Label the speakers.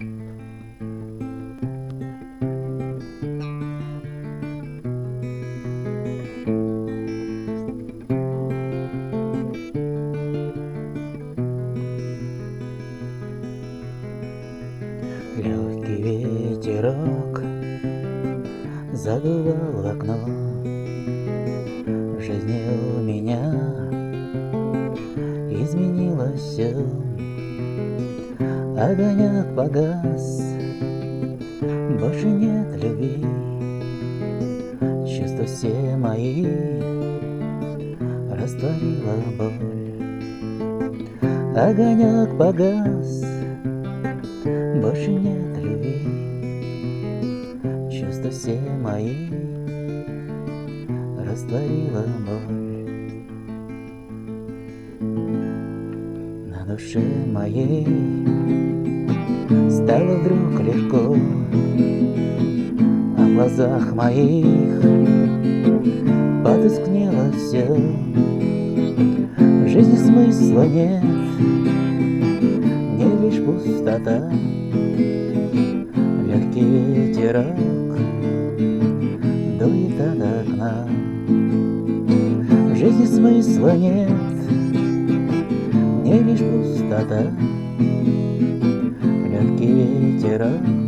Speaker 1: Легкий ветерок задувал в окно. В жизни у меня изменилось все. Огонек погас, больше нет любви. Чувства все мои растворила боль. Огонек погас, больше нет любви. Чувства все мои растворила боль. На душе моей стало вдруг легко, а в глазах моих потускнело все. В жизни смысла нет, не лишь пустота. Легкий ветерок дует от окна. В жизни смысла нет, не лишь пустота. Легкий ветерок